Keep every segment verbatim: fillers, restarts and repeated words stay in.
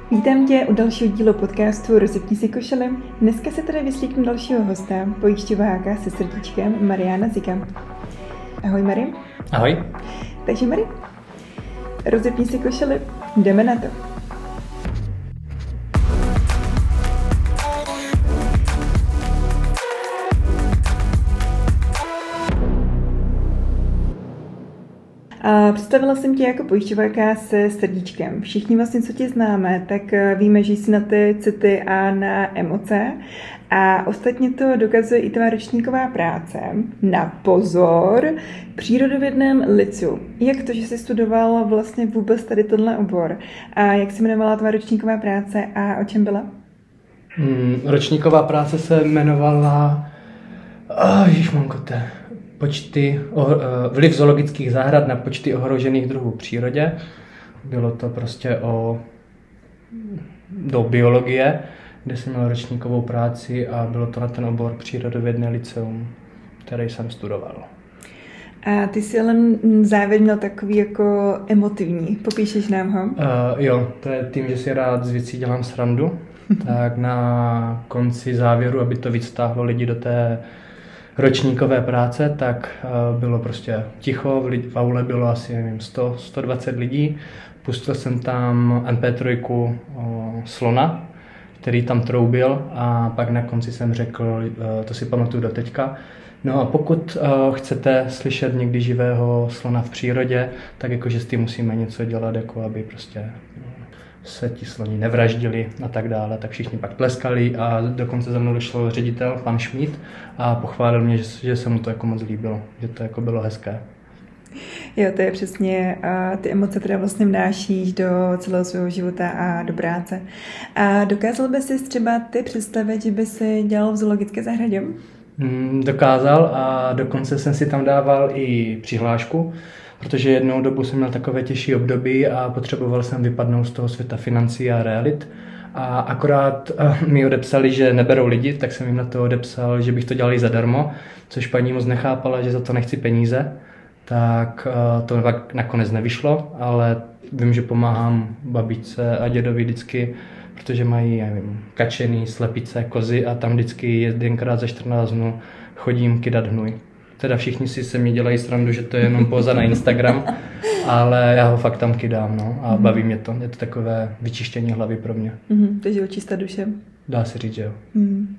Vítám tě u dalšího dílu podcastu Rozepni si košele. Dneska se tady vyslíknu dalšího hosta, pojišťováka se srdíčkem Mariana Zika. Ahoj Mari. Ahoj. Takže Mari, rozepni si košele, jdeme na to. A představila jsem tě jako pojišťováka se srdíčkem. Všichni vlastně, co tě známe, tak víme, že jsi na ty city a na emoce. A ostatně to dokazuje i tvá ročníková práce na pozor přírodovědném lyceu. Jak to, že jsi studoval vlastně vůbec tady tenhle obor? A jak se jmenovala tvá ročníková práce a o čem byla? Hmm, ročníková práce se jmenovala... Oh, ježišmankote. Počty, vliv zoologických zahrad na počty ohrožených druhů v přírodě. Bylo to prostě o do biologie, kde jsem měl ročníkovou práci a bylo to na ten obor přírodovědné lyceum, který jsem studoval. A ty jsi ale závěr měl takový jako emotivní. Popíšeš nám ho? Uh, jo, to je tím, že si rád z věcí dělám srandu. Tak na konci závěru, aby to víc stáhlo lidi do té ročníkové práce, tak bylo prostě ticho, v aule bylo asi nevím, sto, sto dvacet lidí. Pustil jsem tam em pé tři o, slona, který tam troubil a pak na konci jsem řekl, to si pamatuju do teďka, no a pokud uh, chcete slyšet někdy živého slona v přírodě, tak jakože s tím musíme něco dělat, jako aby prostě se ti sloni nevraždili a tak dále, tak všichni pak tleskali a dokonce za mnou došel ředitel, pan Schmidt, a pochválil mě, že, že se mu to jako moc líbilo, že to jako bylo hezké. Jo, to je přesně, a ty emoce teda vlastně vnášíš do celého svého života a do práce. A dokázal by si třeba ty představit, že by si dělal v zoologické zahradě? Mm, dokázal a dokonce jsem si tam dával i přihlášku, protože jednou dobu jsem měl takové těžší období a potřeboval jsem vypadnout z toho světa financí a realit. A akorát mi odepsali, že neberou lidi, tak jsem jim na to odepsal, že bych to dělal i zadarmo, což paní moc nechápala, že za to nechci peníze. Tak to nakonec nevyšlo, ale vím, že pomáhám babičce a dědovi vždycky, protože mají, nevím, kačeny, slepice, kozy a tam vždycky jedenkrát za čtrnáct dnů chodím kydat hnůj. Teda všichni si se mě dělají srandu, že to je jenom póza na Instagram, ale já ho fakt tam kydám, no, a baví mě to. Je to takové vyčištění hlavy pro mě. Mm-hmm, takže očista duše. Dá se říct, že jo. Mm.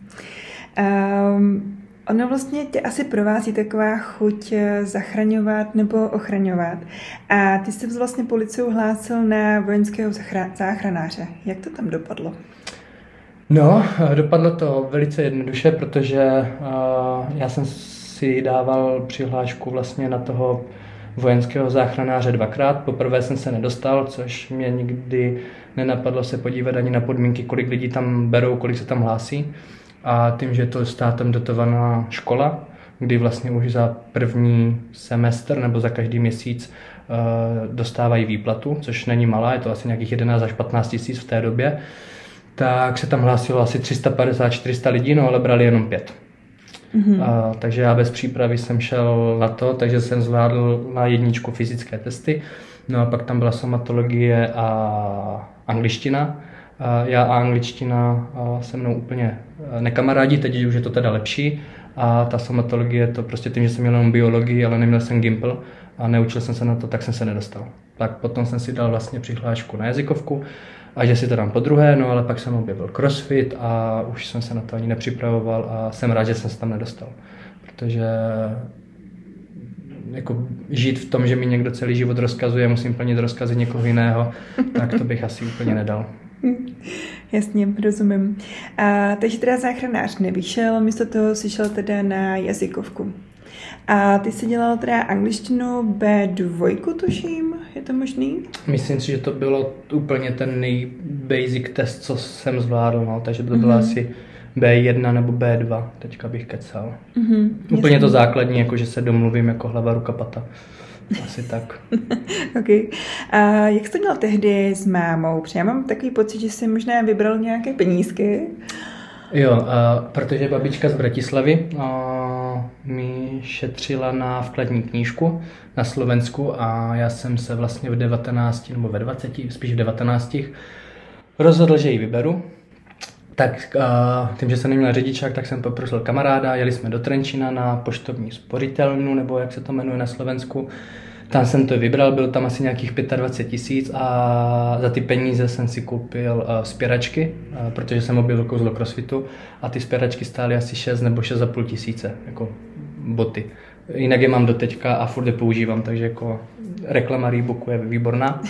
Um, ono vlastně tě asi provází taková chuť zachraňovat nebo ochraňovat. A ty jsi vlastně policii hlásil na vojenského záchranáře. Jak to tam dopadlo? No, dopadlo to velice jednoduše, protože uh, já jsem si dával přihlášku vlastně na toho vojenského záchranáře dvakrát. Poprvé jsem se nedostal, což mě nikdy nenapadlo se podívat ani na podmínky, kolik lidí tam berou, kolik se tam hlásí. A tím, že je to státem dotovaná škola, kdy vlastně už za první semestr nebo za každý měsíc uh, dostávají výplatu, což není malá, je to asi nějakých jedenáct až patnáct tisíc v té době, tak se tam hlásilo asi tři sta padesát až čtyři sta lidí, no ale brali jenom pět. Mm-hmm. A, takže já bez přípravy jsem šel na to, takže jsem zvládl na jedničku fyzické testy, no a pak tam byla somatologie a angličtina. A já a angličtina se mnou úplně nekamarádí, teď už je to teda lepší, a ta somatologie, to prostě tím, že jsem měl jenom biologii, ale neměl jsem Gimpl a neučil jsem se na to, tak jsem se nedostal. Tak potom jsem si dal vlastně přihlášku na jazykovku a že si to dám po druhé, no ale pak jsem objevil crossfit a už jsem se na to ani nepřipravoval a jsem rád, že jsem se tam nedostal. Protože jako žít v tom, že mi někdo celý život rozkazuje, musím plnit rozkazy někoho jiného, tak to bych asi úplně nedal. Jasně, rozumím. A, takže teda záchranář nevyšel, místo toho si šel teda na jazykovku. A ty jsi dělal teda angličtinu bé dva, tuším, je to možný? Myslím si, že to bylo úplně ten nejbasic test, co jsem zvládl, no, takže to bylo mm-hmm. asi bé jedna nebo bé dva, teďka bych kecal. Mm-hmm, úplně jasný. To základní, jako že se domluvím jako hlava, ruka, pata. Asi tak. Okay. A jak jsi to měl tehdy s mámou? Protože já mám takový pocit, že jsi možná vybral nějaké penízky. Jo, a protože babička z Bratislavy a, mi šetřila na vkladní knížku na Slovensku a já jsem se vlastně v devatenácti nebo ve dvaceti, spíš v devatenácti rozhodl, že ji vyberu. Tak tím, že jsem neměl řidičák, tak jsem poprosil kamaráda, jeli jsme do Trenčína na poštovní spořitelnu, nebo jak se to jmenuje na Slovensku. Tam jsem to vybral, bylo tam asi nějakých dvacet pět tisíc a za ty peníze jsem si koupil spěračky, protože jsem objevil kouzlo crossfitu a ty spěračky stály asi šest nebo šest a půl tisíce, jako boty. Jinak je mám doteďka a furt je používám, takže jako reklama Reeboku je výborná.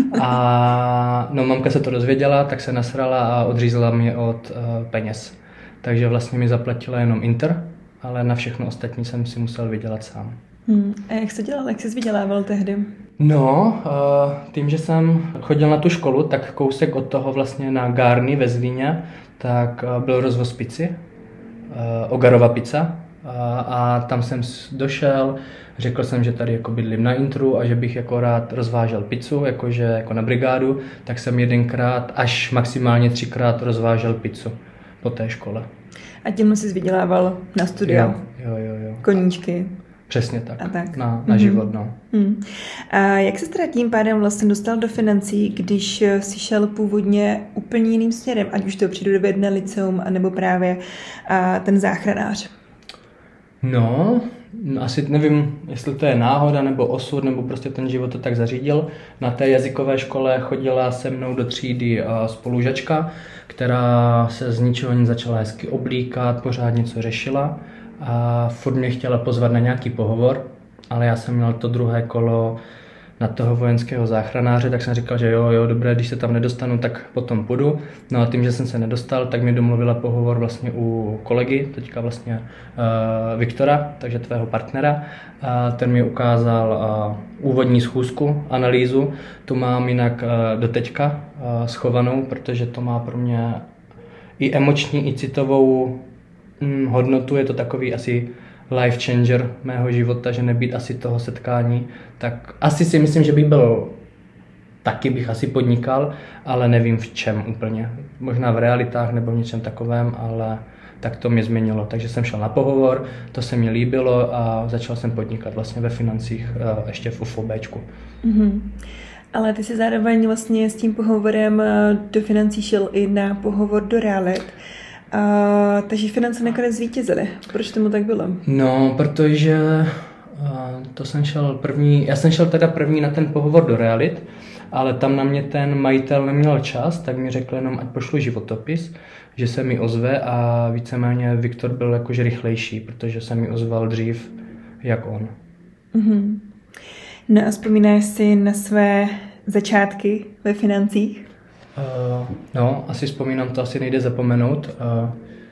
A no, mamka se to dozvěděla, tak se nasrala a odřízla mě od uh, peněz. Takže vlastně mi zaplatila jenom Inter, ale na všechno ostatní jsem si musel vydělat sám. Hmm. A jak jsi dělal, jak jsi vydělával tehdy? No, uh, tím, že jsem chodil na tu školu, tak kousek od toho vlastně na Gárny ve Zlíně, tak uh, byl rozvoz pici, uh, Ogarova pizza. A, a tam jsem došel, řekl jsem, že tady jako bydlím na intru a že bych jako rád rozvážel pizzu, jakože jako na brigádu, tak jsem jedenkrát až maximálně třikrát rozvážel pizzu po té škole. A tím jsi vydělával na studia? Jo, jo, jo, jo. Koníčky? Přesně tak, a tak. na, na mm-hmm. život, no. Mm. A jak se teda tím pádem vlastně dostal do financí, když jsi šel původně úplně jiným směrem, ať už to přírodovědné liceum, anebo právě a, ten záchranář? No, asi nevím, jestli to je náhoda, nebo osud, nebo prostě ten život to tak zařídil. Na té jazykové škole chodila se mnou do třídy spolužačka, která se z ničeho nic začala hezky oblíkat, pořád něco řešila a furt mě chtěla pozvat na nějaký pohovor, ale já jsem měl to druhé kolo na toho vojenského záchranáře, tak jsem říkal, že jo, jo, dobré, když se tam nedostanu, tak potom půjdu. No a tím, že jsem se nedostal, tak mi domluvila pohovor vlastně u kolegy, teďka vlastně uh, Viktora, takže tvého partnera. A ten mi ukázal uh, úvodní schůzku, analýzu, tu mám jinak uh, doteďka uh, schovanou, protože to má pro mě i emoční, i citovou hm, hodnotu, je to takový asi life changer mého života, že nebýt asi toho setkání, tak asi si myslím, že bych byl, taky bych asi podnikal, ale nevím v čem úplně. Možná v realitách nebo v něčem takovém, ale tak to mě změnilo. Takže jsem šel na pohovor, to se mi líbilo a začal jsem podnikat vlastně ve financích ještě v UFOBčku. Mm-hmm. Ale ty jsi zároveň vlastně s tím pohovorem do financí šel i na pohovor do realit. Uh, takže finance nakonec zvítězily. Proč tomu tak bylo? No, protože uh, to jsem šel první, já jsem šel teda první na ten pohovor do realit, ale tam na mě ten majitel neměl čas, tak mi řekl jenom, ať pošlu životopis, že se mi ozve a víceméně Viktor byl jakože rychlejší, protože se mi ozval dřív jak on. Mm-hmm. No a vzpomínáš si na své začátky ve financích? Uh, no, asi vzpomínám, to asi nejde zapomenout. Uh,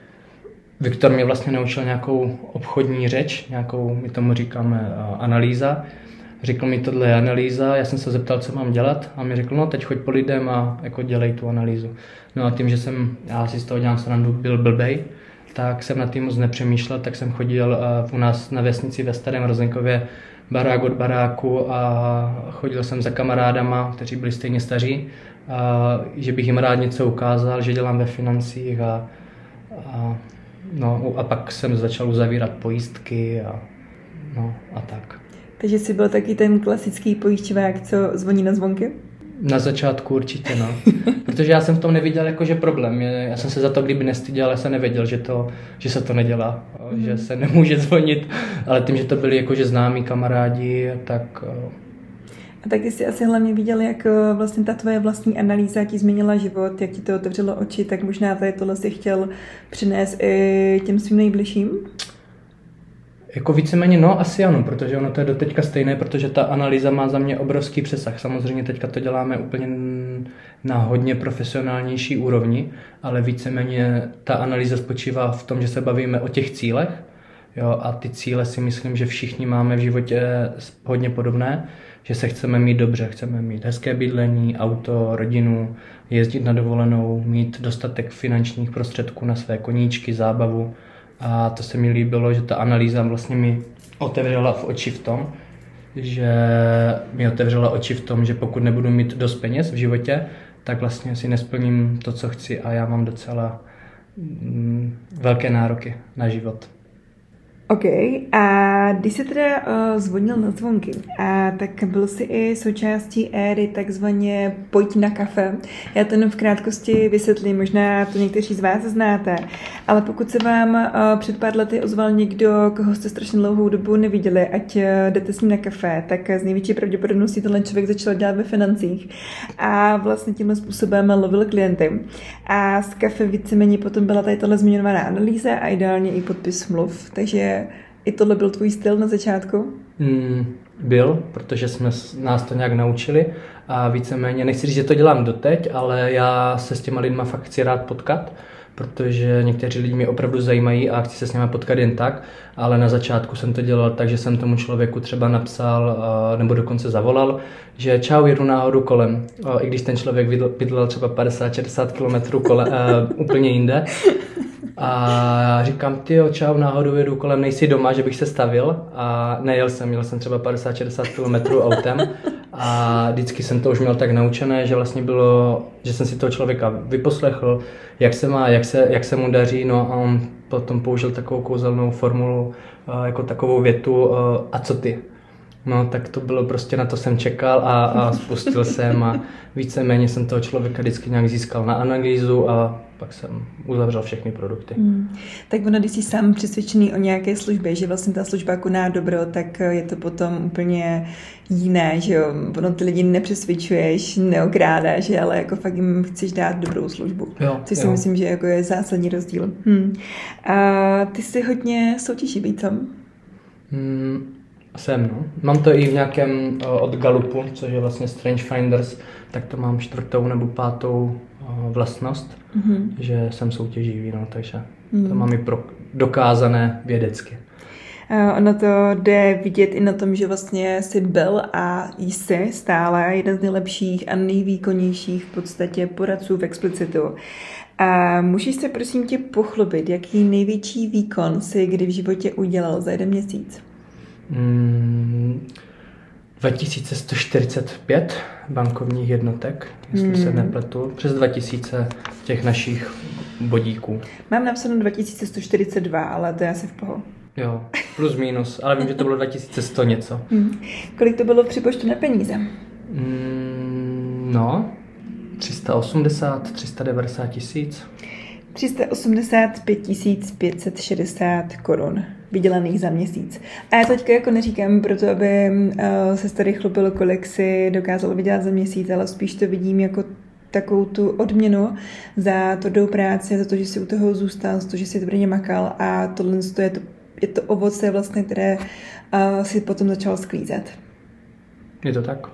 Viktor mě vlastně naučil nějakou obchodní řeč, nějakou, my tomu říkáme uh, analýza. Řekl mi, tohle je analýza, já jsem se zeptal, co mám dělat a mi řekl, no teď choď po lidem a jako dělej tu analýzu. No a tím, že jsem, já si z toho dělám srandu, byl blbej, tak jsem nad tím moc nepřemýšlel, tak jsem chodil uh, u nás na vesnici ve Starém Rozenkově barák od baráku a chodil jsem za kamarádama, kteří byli stejně staří, a že bych jim rád něco ukázal, že dělám ve financích a, a, no, a pak jsem začal uzavírat pojistky a, no, a tak. Takže jsi byl taky ten klasický pojišťovák, co zvoní na zvonky? Na začátku určitě, no. Protože já jsem v tom neviděl jakože problém. Já jsem se za to kdyby nestyděl, ale jsem nevěděl, že, to, že se to nedělá, mm. že se nemůže zvonit, ale tím, že to byli jakože známí kamarádi, tak... A tak ty jsi asi hlavně viděl, jak vlastně ta tvoje vlastní analýza ti změnila život, jak ti to otevřelo oči, tak možná tady tohle si chtěl přinést i těm svým nejbližším? Jako víceméně no, asi ano, protože ono to je doteďka stejné, protože ta analýza má za mě obrovský přesah. Samozřejmě teďka to děláme úplně na hodně profesionálnější úrovni, ale víceméně ta analýza spočívá v tom, že se bavíme o těch cílech, jo, a ty cíle si myslím, že všichni máme v životě hodně podobné, že se chceme mít dobře, chceme mít hezké bydlení, auto, rodinu, jezdit na dovolenou, mít dostatek finančních prostředků na své koníčky, zábavu. A to se mi líbilo, že ta analýza vlastně mi otevřela v oči v tom, že mi otevřela oči v tom, že pokud nebudu mít dost peněz v životě, tak vlastně si nesplním to, co chci a já mám docela mm, velké nároky na život. OK, a když jsi teda uh, zvonil na zvonky, a tak byl jsi i součástí éry takzvaně pojď na kafe. Já to jenom v krátkosti vysvětlím, možná to někteří z vás znáte, ale pokud se vám uh, před pár lety ozval někdo, koho jste strašně dlouhou dobu neviděli, ať uh, jdete s ním na kafe, tak z největší pravděpodobností tenhle člověk začal dělat ve financích a vlastně tímhle způsobem lovil klienty. A z kafe víceméně potom byla tady tohle zmiňovaná analýza a ideálně i podpis smluv, takže i tohle byl tvůj styl na začátku? Mm, byl, protože jsme nás to nějak naučili a víceméně, nechci říct, že to dělám doteď, ale já se s těma lidma fakt chci rád potkat, protože někteří lidi mě opravdu zajímají a chci se s nimi potkat jen tak, ale na začátku jsem to dělal tak, že jsem tomu člověku třeba napsal nebo dokonce zavolal, že čau, jedu náhodou kolem, i když ten člověk bydlel třeba padesát šedesát kilometrů kole, uh, úplně jinde. A říkám, tyjo, čau, náhodou jedu kolem, nejsi doma, že bych se stavil, a nejel jsem, jel jsem třeba padesát šedesát kilometrů autem a vždycky jsem to už měl tak naučené, že vlastně bylo, že jsem si toho člověka vyposlechl, jak se má, jak se, jak se mu daří, no a on potom použil takovou kouzelnou formulu, jako takovou větu, a co ty? No, tak to bylo prostě, na to jsem čekal a, a spustil jsem a víceméně jsem toho člověka vždycky nějak získal na analýzu a pak jsem uzavřel všechny produkty. Hmm. Tak ono, když jsi sám přesvědčený o nějaké službě, že vlastně ta služba koná dobro, tak je to potom úplně jiné, že jo? Ono ty lidi nepřesvědčuješ, neokrádáš, ale jako fakt jim chceš dát dobrou službu. Jo, což si jo. myslím, že jako je zásadní rozdíl. Hmm. A ty jsi hodně soutěživý, co? Hmm. Jsem, no. Mám to i v nějakém uh, od Gallupu, což je vlastně Strange Finders, tak to mám čtvrtou nebo pátou uh, vlastnost, mm-hmm. že jsem soutěživý, no, takže mm. to mám i pro, dokázané vědecky. Uh, ono to jde vidět i na tom, že vlastně jsi byl a jsi stále jeden z nejlepších a nejvýkonnějších v podstatě poradců v Explicitu. A můžeš se prosím tě pochlubit, jaký největší výkon jsi kdy v životě udělal za jeden měsíc? Hmm, dva tisíce sto čtyřicet pět bankovních jednotek, jestli hmm. se nepletu, přes dva tisíce těch našich bodíků. Mám napsáno dva tisíce sto čtyřicet dva, ale to je asi v pohodě. Jo, plus minus, ale vím, že to bylo dva tisíce sto něco. Hmm. Kolik to bylo v přepočtu na peníze? Hmm, no, tři sta osmdesát, tři sta devadesát tisíc. tři sta osmdesát pět tisíc pět set šedesát korun vydělaných za měsíc. A já teďka jako neříkám proto, aby uh, se tady chlupilo, kolik si dokázal vydělat za měsíc, ale spíš to vidím jako takovou tu odměnu za tvrdou práci, za to, že jsi u toho zůstal, za to, že jsi tvrdě makal a tohle je to, je to ovoce vlastně, které uh, si potom začal sklízet. Je to tak?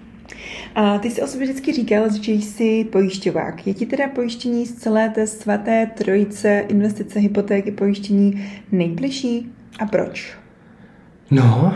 A ty jsi o sobě vždycky říkal, že jsi pojišťovák. Je ti teda pojištění z celé té svaté trojice investice, hypotéky, pojištění nejbližší? A proč? No,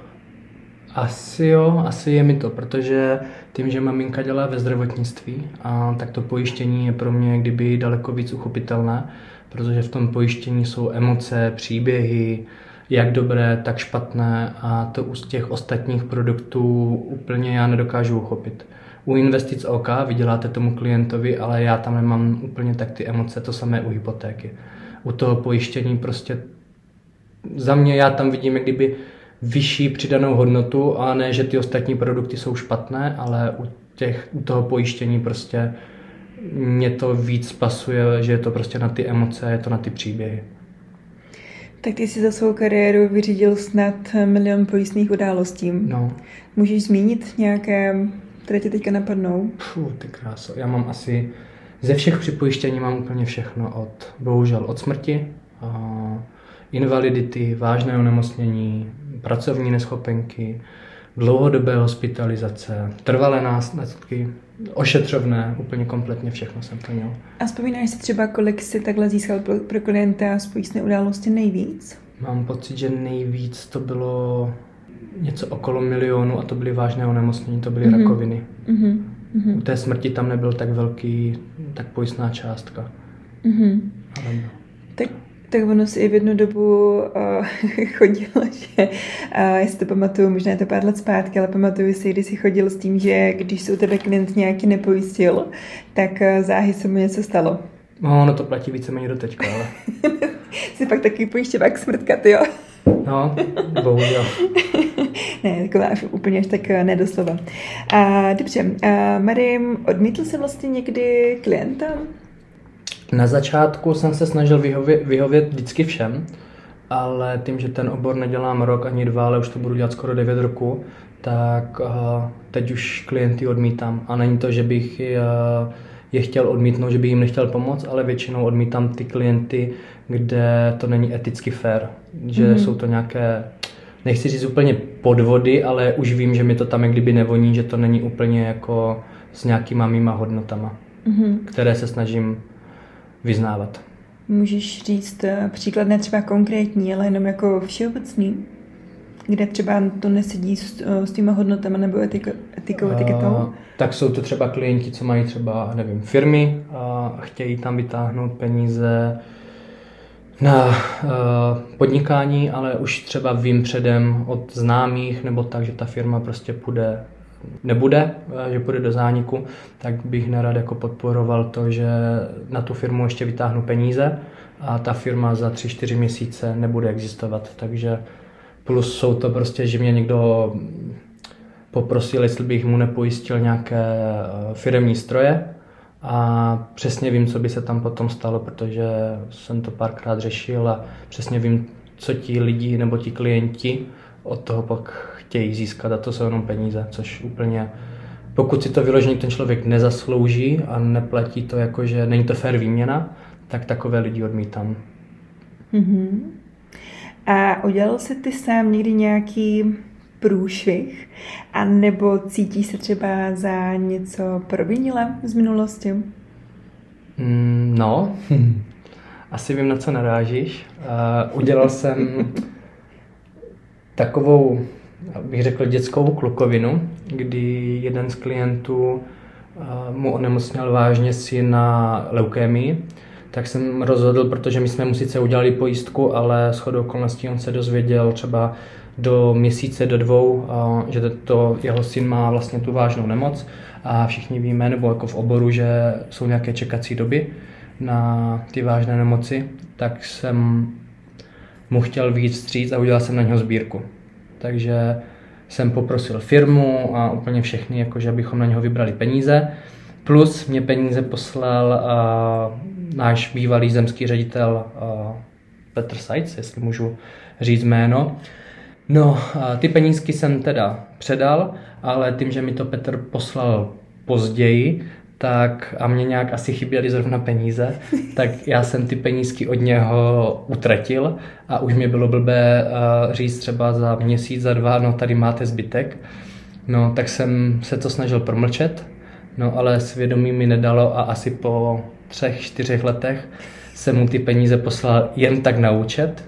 asi jo, asi je mi to, protože tím, že maminka dělá ve zdravotnictví, a tak to pojištění je pro mě kdyby daleko víc uchopitelné, protože v tom pojištění jsou emoce, příběhy, jak dobré, tak špatné, a to u těch ostatních produktů úplně já nedokážu uchopit. U investic OK vyděláte tomu klientovi, ale já tam nemám úplně tak ty emoce, to samé u hypotéky. U toho pojištění prostě za mě já tam vidím jak kdyby vyšší přidanou hodnotu, a ne, že ty ostatní produkty jsou špatné, ale u, těch, u toho pojištění prostě mě to víc pasuje, že je to prostě na ty emoce, je to na ty příběhy. Tak ty jsi za svou kariéru vyřídil snad milion pojistných událostí. No. Můžeš zmínit nějaké, které tě teďka napadnou? Puh, ty kráso. Já mám asi, ze všech připojištění mám úplně všechno od, bohužel, od smrti, a invalidity, vážné onemocnění, pracovní neschopenky, dlouhodobé hospitalizace, trvalé následky, ošetřovné, úplně kompletně všechno jsem to měl. A vzpomínáš si třeba, kolik jsi takhle získal pro, pro klienta z pojistné události nejvíc? Mám pocit, že nejvíc to bylo něco okolo milionu, a to byly vážné onemocnění, to byly mm-hmm. rakoviny. Mm-hmm. U té smrti tam nebyl tak velký, tak pojistná částka. Mm-hmm. Ale no. Tak Tak ono si i v jednu dobu uh, chodilo, že, uh, jestli to pamatuju, možná je to pár let zpátky, ale pamatuju si, když jsi chodil s tím, že když se u tebe klient nějaký nepojistil, tak uh, záhy se mu něco stalo. No, ono to platí víceméně do teďka, ale... Jsi fakt takový pojišťovák smrtka, ty jo? No, bohužel. Ne, taková až úplně až tak nedoslova. A, dobře, a Marim, odmítl jsi vlastně někdy klienta? Na začátku jsem se snažil vyhovět, vyhovět vždycky všem, ale tím, že ten obor nedělám rok ani dva, ale už to budu dělat skoro devět roků, tak uh, teď už klienty odmítám. A není to, že bych je, je chtěl odmítnout, že bych jim nechtěl pomoct, ale většinou odmítám ty klienty, kde to není eticky fair. Že mm-hmm. jsou to nějaké, nechci říct úplně podvody, ale už vím, že mi to tam jak kdyby nevoní, že to není úplně jako s nějakýma mýma hodnotama, mm-hmm. které se snažím vyznávat. Můžeš říct příklad, ne třeba konkrétní, ale jenom jako všeobecný, kde třeba to nesedí s, s těma hodnotama nebo etiko, etikou, etiketou? Uh, tak jsou to třeba klienti, co mají třeba, nevím, firmy a chtějí tam vytáhnout peníze na uh, podnikání, ale už třeba vím předem od známých nebo tak, že ta firma prostě půjde, nebude, že půjde do zániku, tak bych nerad jako podporoval to, že na tu firmu ještě vytáhnu peníze a ta firma za tři čtyři měsíce nebude existovat. Takže plus jsou to prostě, že mě někdo poprosil, jestli bych mu nepojistil nějaké firemní stroje a přesně vím, co by se tam potom stalo, protože jsem to párkrát řešil a přesně vím, co ti lidi nebo ti klienti od toho pak chtějí získat a to jsou jenom peníze, což úplně, pokud si to vyloženě ten člověk nezaslouží a neplatí to jako, že není to fair výměna, tak takové lidi odmítám. Mm-hmm. A udělal jsi ty sám někdy nějaký průšvih? A nebo cítíš se třeba za něco provinila z minulosti? Mm, no, asi vím, na co narážíš. Uh, udělal jsem takovou, bych řekl, dětskou klukovinu, kdy jeden z klientů uh, mu onemocněl vážně syn na leukémii, tak jsem rozhodl, protože my jsme mu sice udělali pojistku, ale shodou okolností on se dozvěděl třeba do měsíce, do dvou, že to jeho syn má vlastně tu vážnou nemoc a všichni víme, nebo jako v oboru, že jsou nějaké čekací doby na ty vážné nemoci, tak jsem mu chtěl vyjít vstříc a udělal jsem na něho sbírku. Takže jsem poprosil firmu a úplně všechny, jakože abychom na něho vybrali peníze. Plus mě peníze poslal uh, náš bývalý zemský ředitel uh, Petr Sajc, jestli můžu říct jméno. No, uh, ty penízky jsem teda předal, ale tím, že mi to Petr poslal později, tak a mě nějak asi chyběly zrovna peníze, tak já jsem ty penízky od něho utratil a už mě bylo blbé uh, říct třeba za měsíc, za dva, no tady máte zbytek. No, tak jsem se to snažil promlčet. No ale svědomí mi nedalo a asi po třech, čtyřech letech jsem mu ty peníze poslal jen tak na účet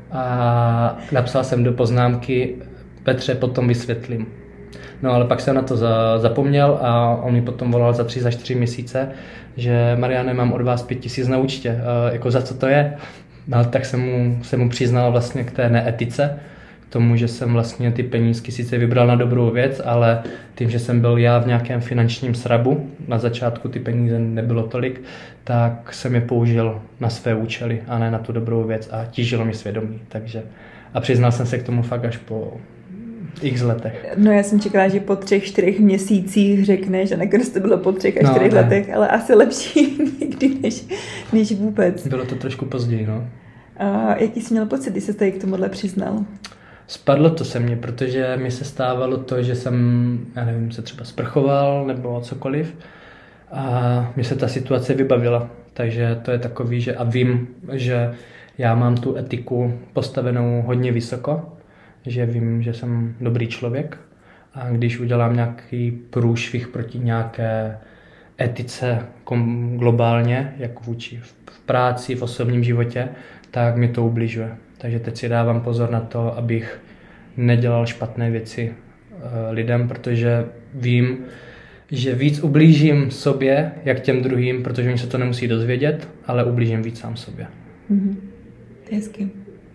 a napsal jsem do poznámky: Petře, potom vysvětlím. No ale pak jsem na to za, zapomněl a on mi potom volal za tři, za čtyři měsíce, že Mariane, mám od vás pět tisíc na účtě, e, jako za co to je? No tak jsem mu, jsem mu přiznal vlastně k té neetice, tomu, že jsem vlastně ty penízky sice vybral na dobrou věc, ale tím, že jsem byl já v nějakém finančním srabu, na začátku ty peníze nebylo tolik, tak jsem je použil na své účely a ne na tu dobrou věc a tížilo mi svědomí. Takže a přiznal jsem se k tomu fakt až po x letech. No já jsem čekala, že po třech, čtyřech měsících řekneš, a nakonec to bylo po třech a čtyřech no, letech, ale asi lepší někdy než, než vůbec. Bylo to trošku později, no. A jaký jsi měl pocit, když jsi tady k tomuhle přiznal? Spadlo to se mně, protože mi se stávalo to, že jsem, já nevím, se třeba sprchoval nebo cokoliv a mi se ta situace vybavila. Takže to je takový, že a vím, že já mám tu etiku postavenou hodně vysoko, že vím, že jsem dobrý člověk a když udělám nějaký průšvih proti nějaké etice globálně, jako vůči v práci, v osobním životě, tak mi to ubližuje. Takže teď si dávám pozor na to, abych nedělal špatné věci lidem, protože vím, že víc ublížím sobě, jak těm druhým, protože oni se to nemusí dozvědět, ale ublížím víc sám sobě. Mm-hmm. To je hezky.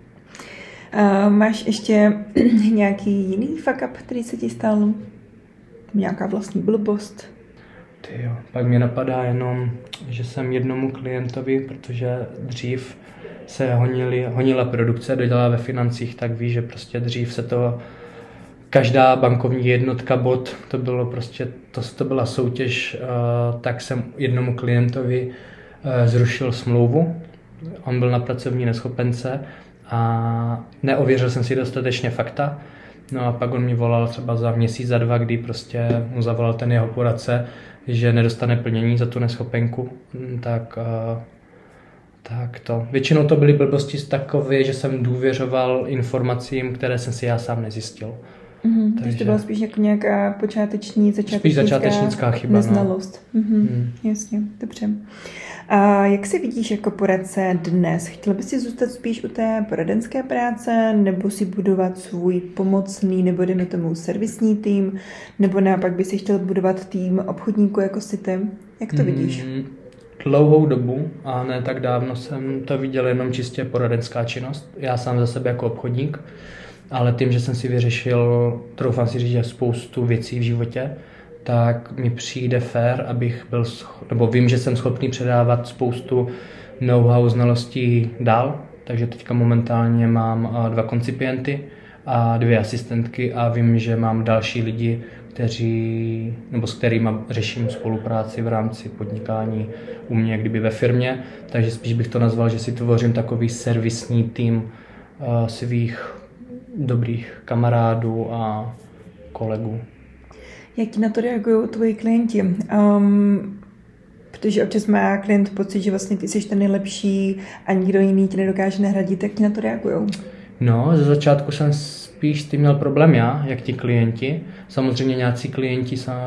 Uh, máš ještě nějaký jiný fuck up, který se ti stal? Nějaká vlastní blbost? Tyjo, pak mě napadá jenom, že jsem jednomu klientovi, protože dřív se honili, honila produkce, dodělala ve financích, tak ví, že prostě dřív se to, každá bankovní jednotka bod, to bylo prostě, to, to byla soutěž, tak jsem jednomu klientovi zrušil smlouvu. On byl na pracovní neschopence a neověřil jsem si dostatečně fakta. No a pak on mi volal třeba za měsíc, za dva, kdy prostě mu zavolal ten jeho poradce, že nedostane plnění za tu neschopenku, tak, tak to. Většinou to byly blbosti takové, že jsem důvěřoval informacím, které jsem si já sám nezjistil. Mm-hmm, takže to byla spíš jako nějaká počáteční, začátečnická, spíš začátečnická chyba, neznalost. No. Mm-hmm, mm. Jasně, dobře. A jak si vidíš jako poradce dnes? Chtěl bys si zůstat spíš u té poradenské práce, nebo si budovat svůj pomocný, nebo dejme tomu servisní tým, nebo naopak bys si chtěl budovat tým obchodníků jako si ty? Jak to vidíš? Mm, dlouhou dobu a ne tak dávno jsem to viděl jenom čistě poradenská činnost. Já sám za sebe jako obchodník, ale tím, že jsem si vyřešil, troufám si říct, že spoustu věcí v životě, tak mi přijde fér, abych byl, nebo vím, že jsem schopný předávat spoustu know-how, znalostí dál, takže teďka momentálně mám dva koncipienty a dvě asistentky a vím, že mám další lidi, kteří, nebo s kterými řeším spolupráci v rámci podnikání u mě, kdyby ve firmě, takže spíš bych to nazval, že si tvořím takový servisní tým svých dobrých kamarádů a kolegů. Jak ti na to reagují tvoji klienti? Um, protože občas má klient pocit, že vlastně ty jsi ten nejlepší a nikdo jiný tě nedokáže nahradit, jak ti na to reagují? No, ze začátku jsem spíš s tím měl problém já, jak ti klienti. Samozřejmě nějací klienti, sa...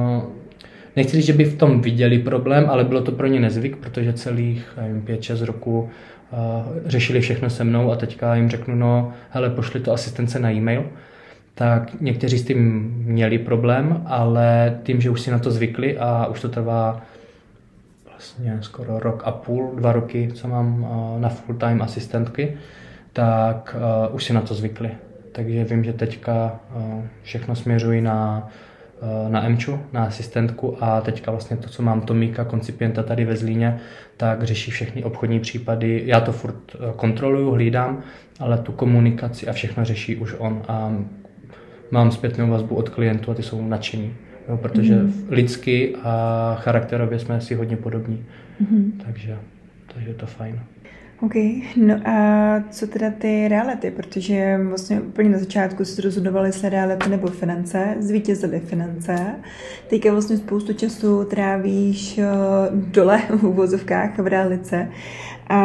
nechci říct, že by v tom viděli problém, ale bylo to pro ně nezvyk, protože celých pět šest roků uh, řešili všechno se mnou a teďka jim řeknu, no hele, pošli to asistence na e-mail. Tak někteří s tím měli problém, ale tím, že už si na to zvykli a už to trvá vlastně skoro rok a půl, dva roky, co mám na full-time asistentky, tak uh, už si na to zvykli. Takže vím, že teďka uh, všechno směřuji na, uh, na Emču, na asistentku a teďka vlastně to, co mám Tomíka, koncipienta tady ve Zlíně, tak řeší všechny obchodní případy. Já to furt kontroluju, hlídám, ale tu komunikaci a všechno řeší už on a mám zpětnou vazbu od klientů a ty jsou nadšení, jo, protože mm. lidsky a charakterově jsme si hodně podobní, mm. takže, takže je to fajn. OK, no a co teda ty reality, protože vlastně úplně na začátku si rozhodovali, jestli reality nebo finance, zvítězily finance, teďka vlastně spoustu času trávíš dole v uvozovkách v realice. A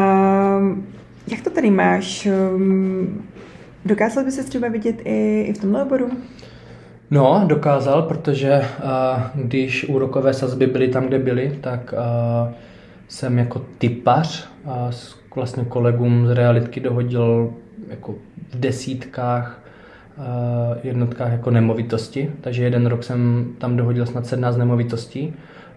jak to tady máš? Dokázal by se třeba vidět i, i v tomhle oboru? No, dokázal, protože uh, když úrokové sazby byly tam, kde byly, tak uh, jsem jako typař uh, s vlastně kolegům z realitky dohodil jako v desítkách uh, jednotkách jako nemovitosti, takže jeden rok jsem tam dohodil snad sedmnáct nemovitostí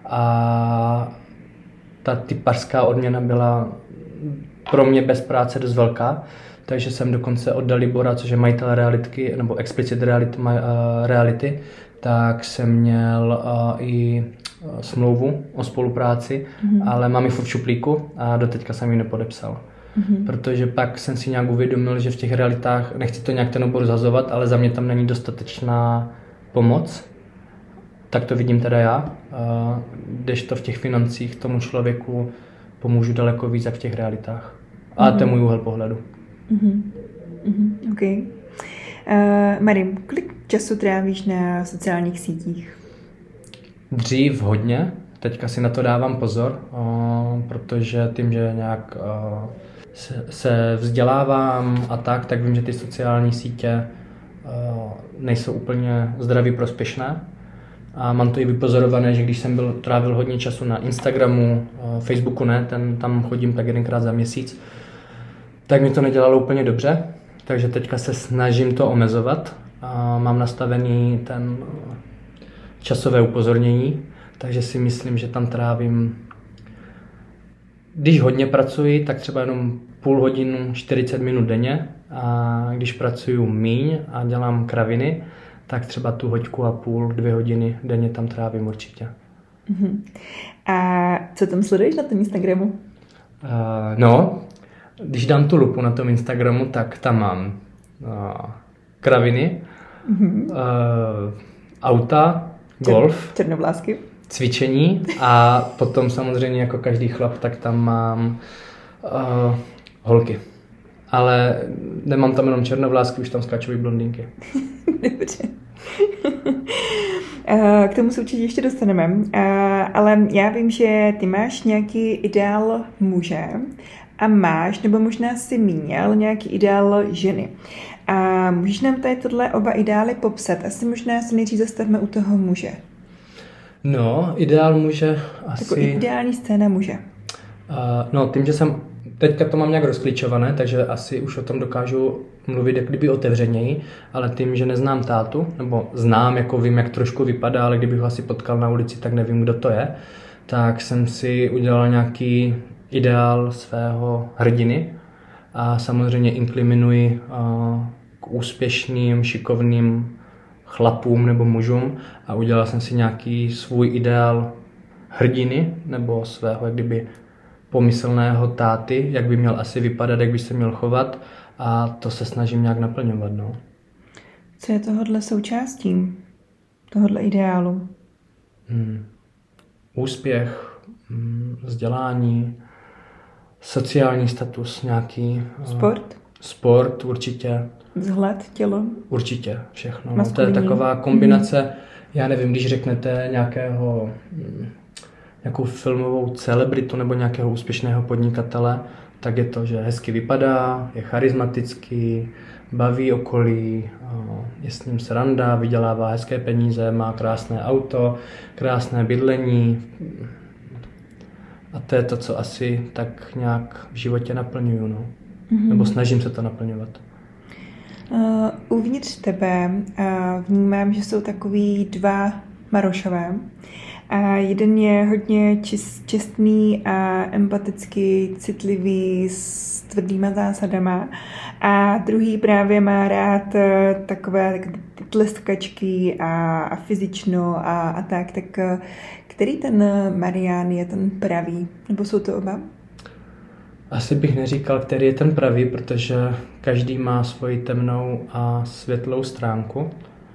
a ta typařská odměna byla pro mě bez práce dost velká. Takže jsem dokonce od Dalibora, což je majitel realitky, nebo explicit reality, uh, reality tak jsem měl uh, i uh, smlouvu o spolupráci, mm-hmm. ale mám ji furt v šuplíku a doteďka jsem ji nepodepsal. Mm-hmm. Protože pak jsem si nějak uvědomil, že v těch realitách, nechci to nějak ten obor zazovat, ale za mě tam není dostatečná pomoc. Tak to vidím teda já, uh, kdežto v těch financích tomu člověku pomůžu daleko víc, jak v těch realitách. A mm-hmm. to je můj úhel pohledu. Mm-hmm. Mm-hmm. OK. Uh, Marim, kolik času trávíš na sociálních sítích? Dřív hodně, teďka si na to dávám pozor, uh, protože tím, že nějak uh, se, se vzdělávám a tak, tak vím, že ty sociální sítě uh, nejsou úplně zdraví prospěšné. A mám to i vypozorované, že když jsem byl, trávil hodně času na Instagramu, uh, Facebooku ne, ten, tam chodím tak jedenkrát za měsíc, tak mi to nedělalo úplně dobře, takže teďka se snažím to omezovat. A mám nastavený ten časové upozornění, takže si myslím, že tam trávím, když hodně pracuji, tak třeba jenom půl hodinu, čtyřicet minut denně a když pracuju míň a dělám kraviny, tak třeba tu hoďku a půl, dvě hodiny denně tam trávím určitě. Uh-huh. A co tam sleduješ na tom Instagramu? Uh, no, když dám tu lupu na tom Instagramu, tak tam mám uh, kraviny, uh-huh. uh, auta, golf, černovlásky, cvičení a potom samozřejmě jako každý chlap, tak tam mám uh, holky. Ale nemám tam jenom černovlásky, už tam skáčou i blondýnky. Dobře. K tomu se určitě ještě dostaneme, ale já vím, že ty máš nějaký ideál muže a máš, nebo možná si měl nějaký ideál ženy. A můžeš nám tady tohle oba ideály popsat? Asi možná se nejdřív zastavíme u toho muže. No, ideál muže asi... Takový ideální scéna muže. Uh, no, tím, že jsem... Teďka to mám nějak rozklíčované, takže asi už o tom dokážu mluvit jak kdyby otevřeněji, ale tím, že neznám tátu, nebo znám, jako vím, jak trošku vypadá, ale kdybych ho asi potkal na ulici, tak nevím, kdo to je, tak jsem si udělal nějaký ideál svého hrdiny a samozřejmě inkliminuji uh, k úspěšným, šikovným chlapům nebo mužům a udělal jsem si nějaký svůj ideál hrdiny nebo svého jak kdyby pomyslného táty, jak by měl asi vypadat, jak by se měl chovat a to se snažím nějak naplňovat. No. Co je tohodle součástí, tohodle ideálu? Hmm. Úspěch, hmm, vzdělání, sociální status nějaký. Sport? Sport určitě. Vzhled, tělo? Určitě, všechno. No, to je taková kombinace, hmm. já nevím, když řeknete nějakého... Hmm, nějakou filmovou celebritu nebo nějakého úspěšného podnikatele, tak je to, že hezky vypadá, je charismatický, baví okolí, je s ním sranda, vydělává hezké peníze, má krásné auto, krásné bydlení. A to je to, co asi tak nějak v životě naplňuju, no. Mm-hmm. Nebo snažím se to naplňovat. Uh, uvnitř tebe uh, vnímám, že jsou takový dva Marošové. A jeden je hodně čist, čestný a empatický, citlivý, s tvrdýma zásadama. A druhý právě má rád takové tleskkačky a, a fyzično a, a tak. Tak který ten Marián je ten pravý? Nebo jsou to oba? Asi bych neříkal, který je ten pravý, protože každý má svoji temnou a světlou stránku.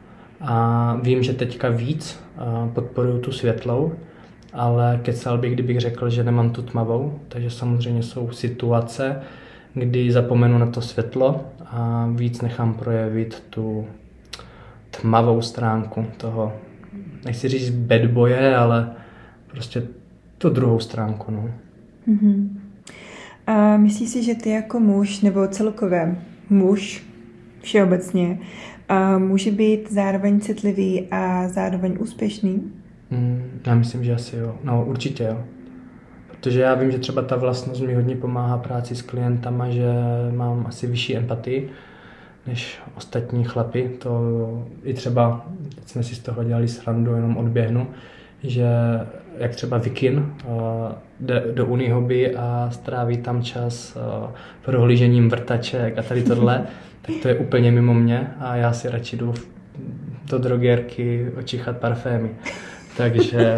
A vím, že teďka víc podporuju tu světlou, ale kecal bych, kdybych řekl, že nemám tu tmavou, takže samozřejmě jsou situace, kdy zapomenu na to světlo a víc nechám projevit tu tmavou stránku toho, nechci říct bad boye, ale prostě tu druhou stránku. No. Mm-hmm. A myslíš si, že ty jako muž, nebo celkově muž všeobecně, a může být zároveň citlivý a zároveň úspěšný? Mm, já myslím, že asi jo. No určitě jo. Protože já vím, že třeba ta vlastnost mi hodně pomáhá práci s klientama, že mám asi vyšší empatii než ostatní chlapi. To i třeba, teď jsme si z toho dělali srandu, jenom odběhnu, že jak třeba Vikin uh, jde do Unihoby a stráví tam čas uh, prohlížením vrtaček a tady tohle, tak to je úplně mimo mě a já si radši jdu do drogérky očichat parfémy. Takže,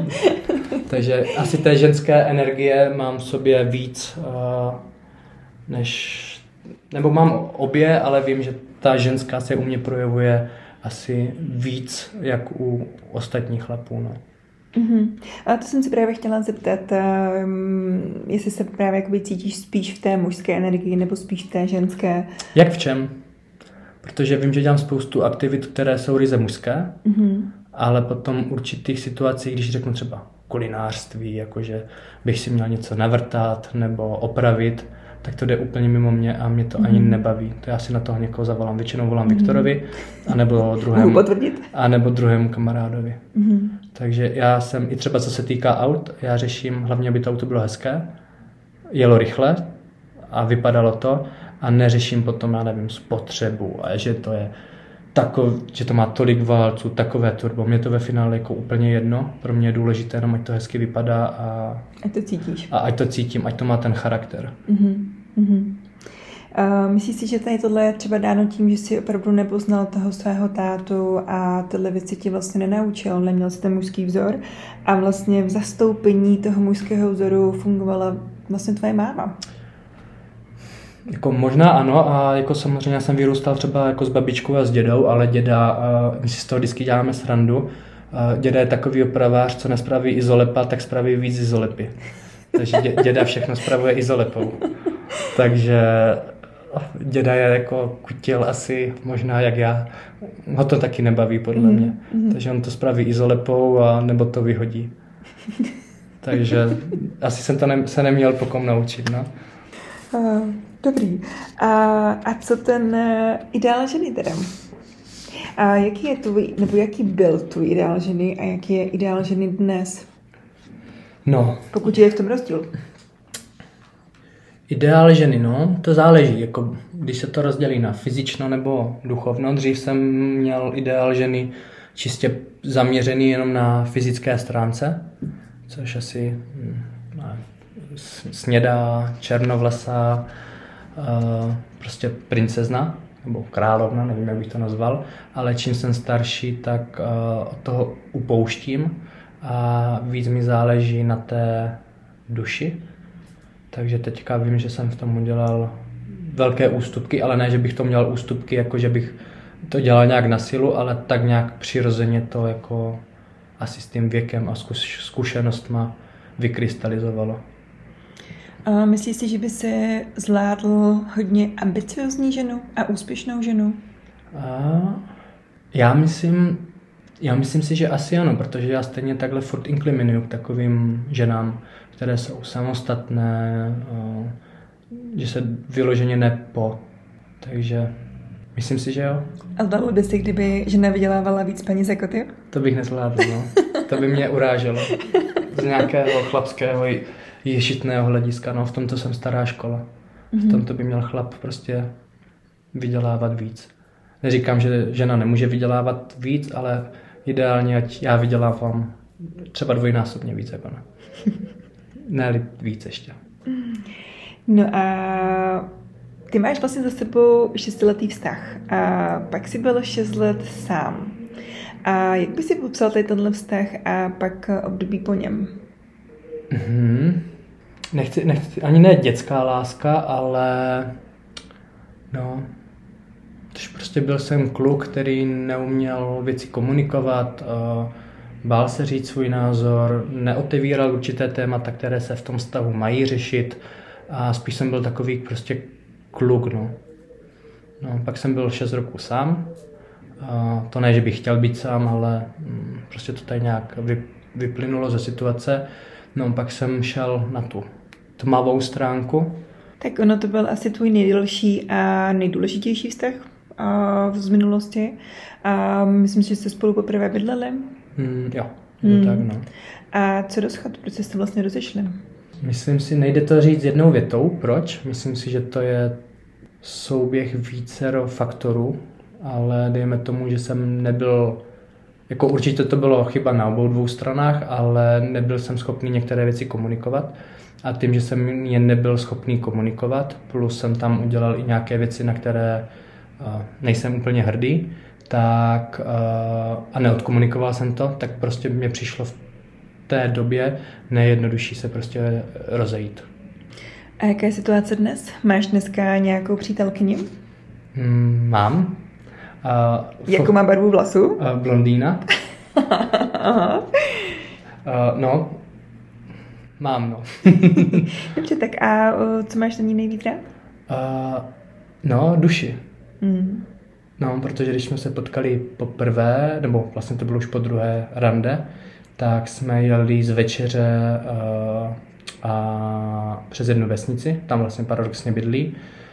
takže asi té ženské energie mám v sobě víc, uh, než, nebo mám obě, ale vím, že ta ženská se u mě projevuje asi víc, jak u ostatních chlapů. No. Uh-huh. A to jsem si právě chtěla zeptat, um, jestli se právě jakoby cítíš spíš v té mužské energii nebo spíš v té ženské. Jak v čem? Protože vím, že dělám spoustu aktivit, které jsou ryze mužské, uh-huh. ale potom určitých situacích, když řeknu třeba kulinářství, jakože bych si měl něco navrtat nebo opravit, tak to jde úplně mimo mě a mě to mm. ani nebaví. To já si na toho někoho zavolám. Většinou volám mm. Viktorovi, anebo druhému, anebo druhému kamarádovi. Mm. Takže já jsem, i třeba co se týká aut, já řeším hlavně, aby to auto bylo hezké, jelo rychle a vypadalo to a neřeším potom, já nevím, spotřebu a že to je takov, že to má tolik válců, takové turbo. Mě to ve finále jako úplně jedno. Pro mě je důležité jenom, ať to hezky vypadá a ať to cítíš. A ať to cítím, ať to má ten charakter. Uh-huh. Uh-huh. Uh, myslíš si, že tady tohle je třeba dáno tím, že jsi opravdu nepoznal toho svého tátu a tyhle věci ti vlastně nenaučil, neměl jsi ten mužský vzor a vlastně v zastoupení toho mužského vzoru fungovala vlastně tvoje máma? Jako možná ano a jako samozřejmě já jsem vyrůstal třeba jako s babičkou a s dědou, ale děda, uh, my si z toho vždycky děláme srandu, uh, děda je takový opravář, co nespraví izolepa, tak spraví víc izolepy. Takže dě, děda všechno spravuje izolepou. Takže děda je jako kutil asi možná jak já. Ho to taky nebaví podle mm, mě. Mm. Takže on to spraví izolepou a nebo to vyhodí. Takže asi jsem to ne, se neměl po kom naučit. No. Uh, dobrý. A, a co ten uh, ideál ženy teda? A jaký je tvůj, nebo jaký byl tvůj ideál ženy a jaký je ideál ženy dnes? No. Pokud je v tom rozdíl. Ideál ženy, no, to záleží, jako když se to rozdělí na fyzično nebo duchovno. Dřív jsem měl ideál ženy čistě zaměřený jenom na fyzické stránce, což asi ne, snědá, černovlasá, prostě princezna, nebo královna, nevím, jak bych to nazval, ale čím jsem starší, tak od toho upouštím a víc mi záleží na té duši. Takže teďka vím, že jsem v tom udělal velké ústupky, ale ne, že bych to měl ústupky, jako že bych to dělal nějak na silu, ale tak nějak přirozeně to jako asi s tím věkem a zkušenostma vykrystalizovalo. A myslíš si, že by se zvládl hodně ambiciozní ženu a úspěšnou ženu? A já myslím, já myslím si, že asi ano, protože já stejně takhle furt inkliminuju k takovým ženám, které jsou samostatné, že se vyloženě nepo. Takže myslím si, že jo. A zvládl by si, kdyby žena vydělávala víc peněz jako ty? To bych nezvládl, no. To by mě uráželo. Z nějakého chlapského ješitného hlediska, no v tomto jsem stará škola. V tomto by měl chlap prostě vydělávat víc. Neříkám, že žena nemůže vydělávat víc, ale ideálně, ať já vydělávám třeba dvojnásobně víc jako ona. Ne, víc ještě. No a ty máš vlastně za sebou šestiletý vztah a pak si byl šest let sám. A jak by si popsal tady tenhle vztah a pak období po něm? Mm-hmm. Nechci, nechci, ani ne dětská láska, ale no, tož prostě byl jsem kluk, který neuměl věci komunikovat, bál se říct svůj názor, neotevíral určité témata, které se v tom vztahu mají řešit a spíš jsem byl takový prostě kluk, no. No, pak jsem byl šest roků sám. A to ne, že bych chtěl být sám, ale mm, prostě to tady nějak vy, vyplynulo ze situace. No, pak jsem šel na tu tmavou stránku. Tak ono to byl asi tvůj nejdelší a nejdůležitější vztah a z minulosti. A myslím si, že jste spolu poprvé bydleli. Mm, jo, hmm. tak no. A co rozchod? Proč jste vlastně rozešli? Myslím si, nejde to říct jednou větou. Proč? Myslím si, že to je souběh vícero faktorů, ale dejme tomu, že jsem nebyl, jako určitě to bylo chyba na obou dvou stranách, ale nebyl jsem schopný některé věci komunikovat. A tím, že jsem je nebyl schopný komunikovat, plus jsem tam udělal i nějaké věci, na které uh, nejsem úplně hrdý, tak uh, a neodkomunikoval jsem to, tak prostě mě přišlo v té době nejjednodušší se prostě rozejít. A jaká je situace dnes? Máš dneska nějakou přítelkyni? Mm, mám. Uh, Jakou má barvu vlasu? Uh, blondýna. Aha. Uh, no, mám, no. Dobře, tak a uh, co máš na ní nejvíc rád? Uh, no, duši. Mm. No, protože když jsme se potkali poprvé, nebo vlastně to bylo už po druhé rande, tak jsme jeli z večeře uh, a přes jednu vesnici, tam vlastně paradoxně bydlí,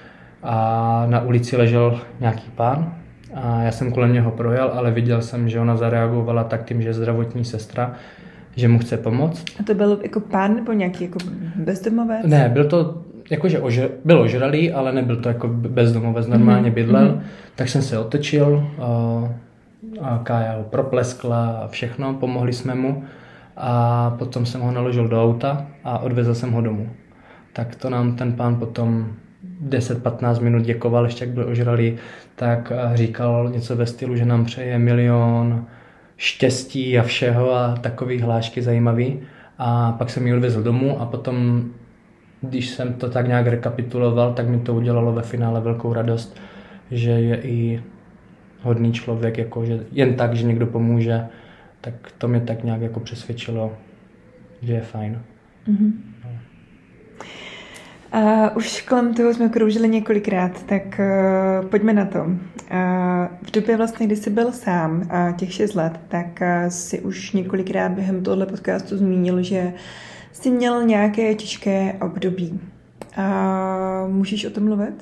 a na ulici ležel nějaký pán a já jsem kolem něho projel, ale viděl jsem, že ona zareagovala tak tím, že je zdravotní sestra, že mu chce pomoct. A to byl jako pán nebo nějaký jako bezdomovec? Ne, byl to jakože ožr, byl ožralý, ale nebyl to jako bezdomovec, normálně bydlel, mm-hmm. tak jsem se otočil a, a Kája ho propleskla a všechno, pomohli jsme mu a potom jsem ho naložil do auta a odvezl jsem ho domů. Tak to nám ten pán potom deset patnáct minut děkoval, ještě jak byl ožralý, tak říkal něco ve stylu, že nám přeje milion štěstí a všeho a takový hlášky zajímavý. A pak jsem ji odvezl domů a potom, když jsem to tak nějak rekapituloval, tak mi to udělalo ve finále velkou radost, že je i hodný člověk, jako že jen tak, že někdo pomůže, tak to mě tak nějak jako přesvědčilo, že je fajn. Mm-hmm. No. Uh, už kolem toho jsme kroužili několikrát, tak uh, pojďme na to. Uh, v době vlastně, kdy jsi byl sám, uh, těch šest let, tak uh, jsi už několikrát během tohoto podcastu zmínil, že jsi měl nějaké těžké období. Uh, můžeš o tom mluvit?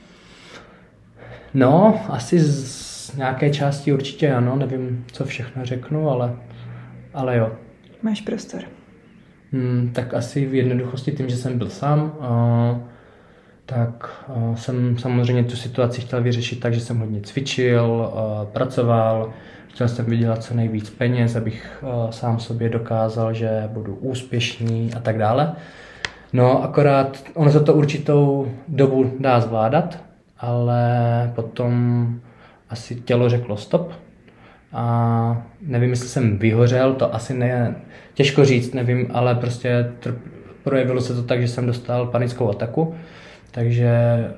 No, asi z nějaké části určitě ano, nevím, co všechno řeknu, ale, ale jo. Máš prostor. Hmm, tak asi v jednoduchosti tím, že jsem byl sám, uh, tak uh, jsem samozřejmě tu situaci chtěl vyřešit tak, že jsem hodně cvičil, uh, pracoval, chtěl jsem vydělat co nejvíc peněz, abych uh, sám sobě dokázal, že budu úspěšný a tak dále. No akorát ono se to určitou dobu dá zvládat, ale potom asi tělo řeklo stop. A nevím, jestli jsem vyhořel, to asi ne, těžko říct, nevím, ale prostě trp, projevilo se to tak, že jsem dostal panickou ataku, takže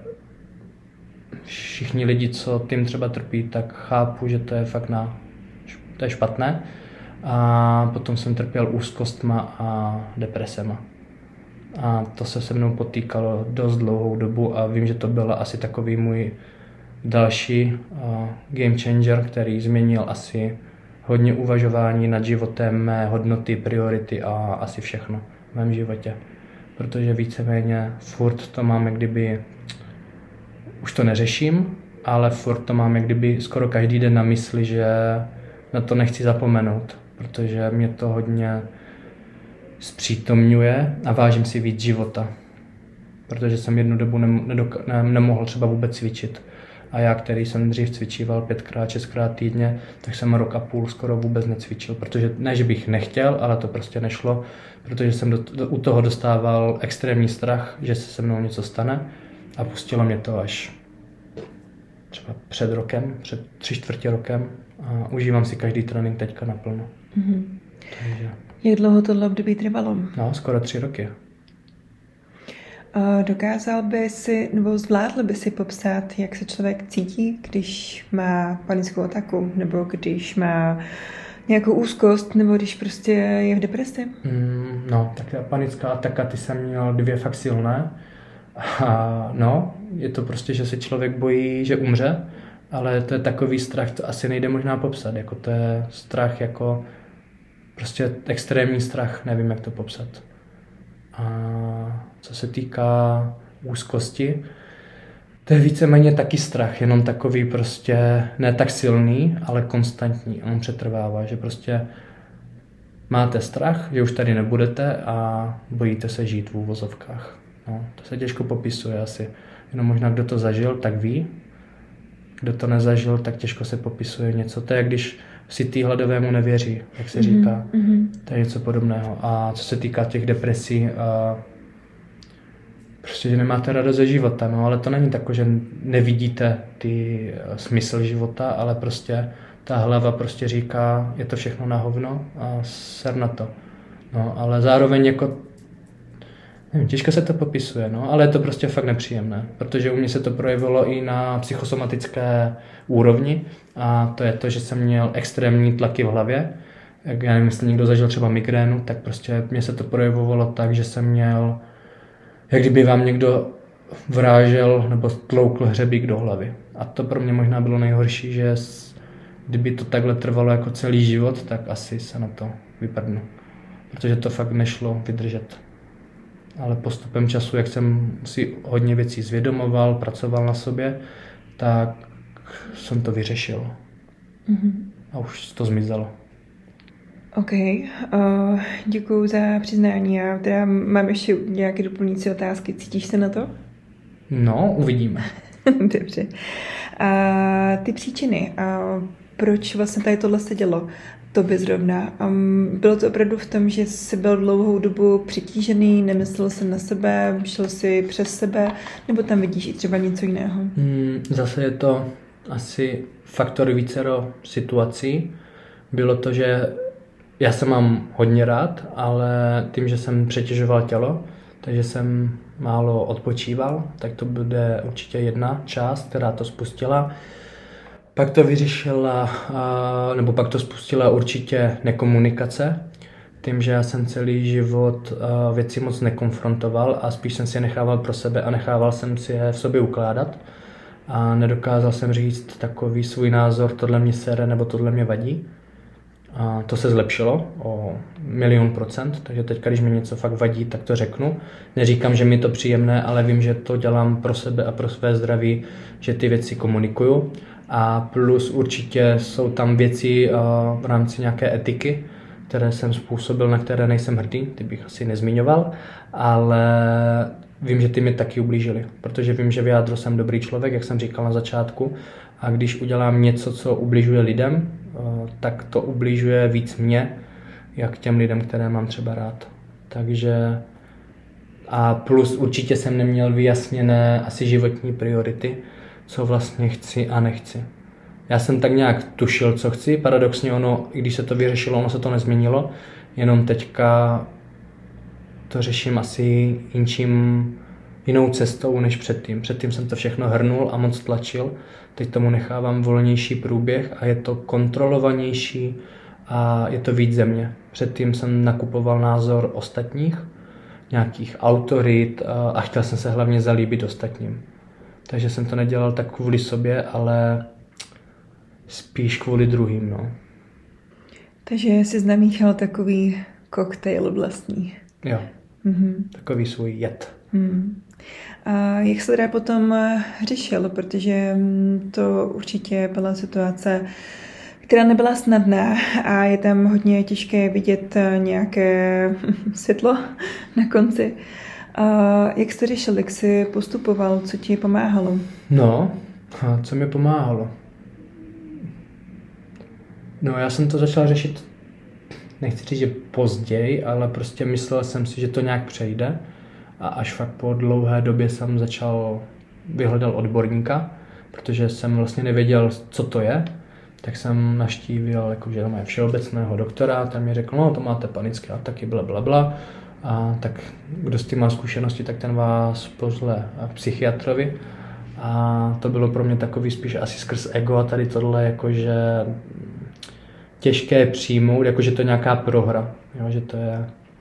všichni lidi, co tím třeba trpí, tak chápu, že to je fakt na, to je špatné. A potom jsem trpěl úzkostma a depresema. A to se se mnou potýkalo dost dlouhou dobu a vím, že to byl asi takový můj další uh, game changer, který změnil asi hodně uvažování nad životem, mé hodnoty, priority a asi všechno v mém životě. Protože víceméně furt to máme, kdyby, už to neřeším, ale furt to máme, kdyby skoro každý den na mysli, že na to nechci zapomenout, protože mě to hodně zpřítomňuje a vážím si víc života. Protože jsem jednu dobu nedok- ne- nemohl třeba vůbec cvičit. A já, který jsem dřív cvičíval pětkrát, šestkrát týdně, tak jsem rok a půl skoro vůbec necvičil. Protože ne, že bych nechtěl, ale to prostě nešlo, protože jsem do, do, u toho dostával extrémní strach, že se se mnou něco stane a pustilo mě to až třeba před rokem, před tři čtvrtě rokem a užívám si každý trénink teďka naplno. Mm-hmm. Takže... Jak dlouho tohle období trvalo? No, skoro tři roky. Dokázal by si, nebo zvládl by si popsat, jak se člověk cítí, když má panickou ataku, nebo když má nějakou úzkost, nebo když prostě je v depresi? Mm, no, tak panická ataka, ty jsem měl dvě fakt silné. A no, je to prostě, že se člověk bojí, že umře, ale to je takový strach, to asi nejde možná popsat, jako to je strach jako prostě extrémní strach, nevím, jak to popsat. A co se týká úzkosti, to je víceméně taky strach, jenom takový prostě ne tak silný, ale konstantní. On přetrvává, že prostě máte strach, že už tady nebudete a bojíte se žít v úvozovkách. No, to se těžko popisuje asi. Jenom možná kdo to zažil, tak ví. Kdo to nezažil, tak těžko se popisuje něco. To je, když si tý hladovému nevěří, jak se říká. Mm-hmm. To je něco podobného. A co se týká těch depresí, a prostě, že nemáte radost ze života, no, ale to není tako, že nevidíte ty smysl života, ale prostě ta hlava prostě říká, je to všechno na hovno a ser na to. No, ale zároveň jako, nevím, těžko se to popisuje, no, ale je to prostě fakt nepříjemné, protože u mě se to projevilo i na psychosomatické úrovni a to je to, že jsem měl extrémní tlaky v hlavě. Jak já nevím, jestli někdo zažil třeba migrénu, tak prostě mě se to projevovalo tak, že jsem měl, jak kdyby vám někdo vrážel nebo tloukl hřebík do hlavy. A to pro mě možná bylo nejhorší, že kdyby to takhle trvalo jako celý život, tak asi se na to vyprdnu. Protože to fakt nešlo vydržet. Ale postupem času, jak jsem si hodně věcí zvědomoval, pracoval na sobě, tak jsem to vyřešil. Mm-hmm. A už to zmizelo. OK, uh, děkuju za přiznání. Já teda mám ještě nějaké doplňující otázky. Cítíš se na to? No, uvidíme. Dobře. Uh, ty příčiny, uh, proč vlastně tady tohle se dělo? tobě zrovna. Um, bylo to opravdu v tom, že jsi byl dlouhou dobu přitížený, nemyslel jsi na sebe, šel jsi přes sebe, nebo tam vidíš i třeba něco jiného? Hmm, zase je to asi faktor vícero situací. Bylo to, že já se mám hodně rád, ale tím, že jsem přetěžoval tělo, takže jsem málo odpočíval, tak to bude určitě jedna část, která to spustila. Pak to vyřešila, nebo pak to spustila určitě nekomunikace, tím, že já jsem celý život věci moc nekonfrontoval a spíš jsem si je nechával pro sebe a nechával jsem si je v sobě ukládat a nedokázal jsem říct takový svůj názor, tohle mě sere nebo tohle mě vadí. A to se zlepšilo o milion procent, takže teď, když mi něco fakt vadí, tak to řeknu. Neříkám, že mi je to příjemné, ale vím, že to dělám pro sebe a pro své zdraví, že ty věci komunikuju. A plus určitě jsou tam věci v rámci nějaké etiky, které jsem způsobil, na které nejsem hrdý, ty bych asi nezmiňoval, ale vím, že ty mi taky ublížili, protože vím, že v jádru jsem dobrý člověk, jak jsem říkal na začátku, a když udělám něco, co ubližuje lidem, tak to ubližuje víc mě, jak těm lidem, které mám třeba rád. Takže a plus určitě jsem neměl vyjasněné asi životní priority, co vlastně chci a nechci. Já jsem tak nějak tušil, co chci, paradoxně ono, i když se to vyřešilo, ono se to nezměnilo, jenom teďka to řeším asi jinčím, jinou cestou než předtím. Předtím jsem to všechno hrnul a moc tlačil, teď tomu nechávám volnější průběh a je to kontrolovanější a je to víc ze mě. Předtím jsem nakupoval názor ostatních, nějakých autorit a chtěl jsem se hlavně zalíbit ostatním. Takže jsem to nedělal tak kvůli sobě, ale spíš kvůli druhým. No. Takže jsi namíchal takový koktejl vlastní. Jo, mm-hmm. Takový svůj jed. Hmm. A jak se teda potom řešil, protože to určitě byla situace, která nebyla snadná a je tam hodně těžké vidět nějaké světlo na konci. A jak jsi řešil, jak jsi postupoval, co ti pomáhalo? No, a co mi pomáhalo? No, já jsem to začal řešit, nechci říct, že později, ale prostě myslel jsem si, že to nějak přejde. A až fakt po dlouhé době jsem začal, vyhledal odborníka, protože jsem vlastně nevěděl, co to je, tak jsem navštívil jakože tam je všeobecného doktora, tam mi řekl, no to máte panické ataky, bla, bla, bla. A tak kdo s tím má zkušenosti, tak ten vás pozle psychiatrovi. A to bylo pro mě takový spíš asi skrz ego a tady tohle jakože těžké přijmout, jakože to je nějaká prohra, jo, že to je...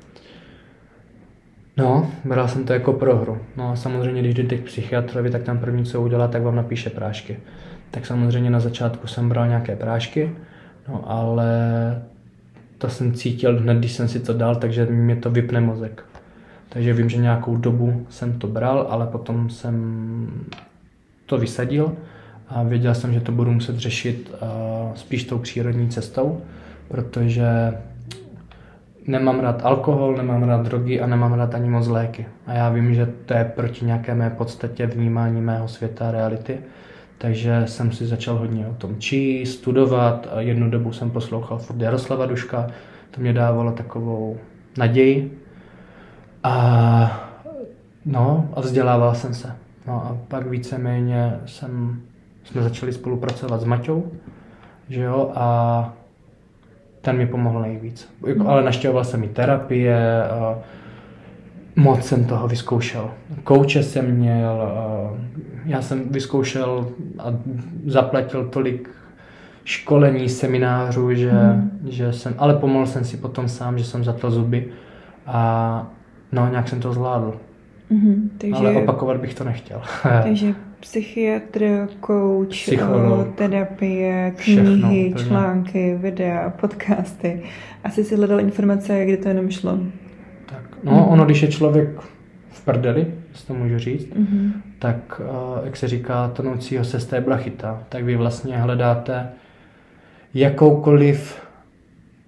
No, bral jsem to jako prohru. No a samozřejmě, když jdete k psychiatrovi, tak tam první, co udělá, tak vám napíše prášky. Tak samozřejmě na začátku jsem bral nějaké prášky, no ale to jsem cítil hned, když jsem si to dal, takže mě to vypne mozek. Takže vím, že nějakou dobu jsem to bral, ale potom jsem to vysadil a věděl jsem, že to budu muset řešit uh, spíš tou přírodní cestou, protože nemám rád alkohol, nemám rád drogy a nemám rád ani moc léky. A já vím, že to je proti nějaké mé podstatě vnímání mého světa a reality. Takže jsem si začal hodně o tom číst, studovat a jednu dobu jsem poslouchal furt Jaroslava Duška. To mě dávalo takovou naději. A, no, a vzdělával jsem se. No a pak víceméně jsem, jsme začali spolupracovat s Maťou, že jo, a ten mi pomohl nejvíc. Ale naštěvoval jsem i terapie, a moc jsem toho vyzkoušel. Kouče jsem měl, a já jsem vyzkoušel a zaplatil tolik školení, seminářů, že, mm. že jsem, ale pomohl jsem si potom sám, že jsem zatel zuby a no, nějak jsem to zvládl. Mm, takže, ale opakovat bych to nechtěl. Takže psychiatr, coach, terapie, knihy, všechno, články, videa, podcasty. Asi si hledal informace, kde to jenom šlo. Tak, no, mm. ono, když je člověk v prdeli, to můžu říct, mm-hmm. tak, jak se říká, tonoucího se stébla chytá, tak vy vlastně hledáte jakoukoliv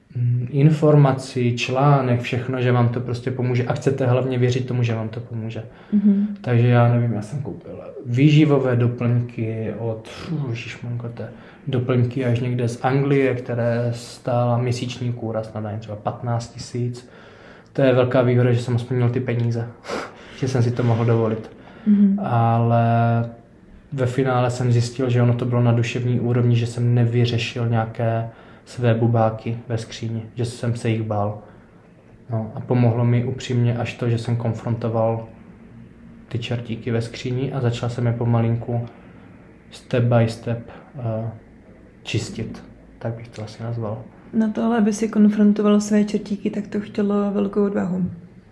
informací, článek, všechno, že vám to prostě pomůže a chcete hlavně věřit tomu, že vám to pomůže. Mm-hmm. Takže já nevím, já jsem koupil výživové doplňky od ježišmanko, doplňky až někde z Anglie, které stála měsíční kůra snad ani třeba patnáct tisíc. To je velká výhoda, že jsem aspoň měl ty peníze, že jsem si to mohl dovolit. Mm-hmm. Ale ve finále jsem zjistil, že ono to bylo na duševní úrovni, že jsem nevyřešil nějaké své bubáky ve skříni, že jsem se jich bál. No, a pomohlo mi upřímně až to, že jsem konfrontoval ty čertíky ve skříni a začal jsem je pomalinku step by step uh, čistit. Tak bych to asi nazval. Na to, ale aby si konfrontoval své čertíky, tak to chtělo velkou odvahu.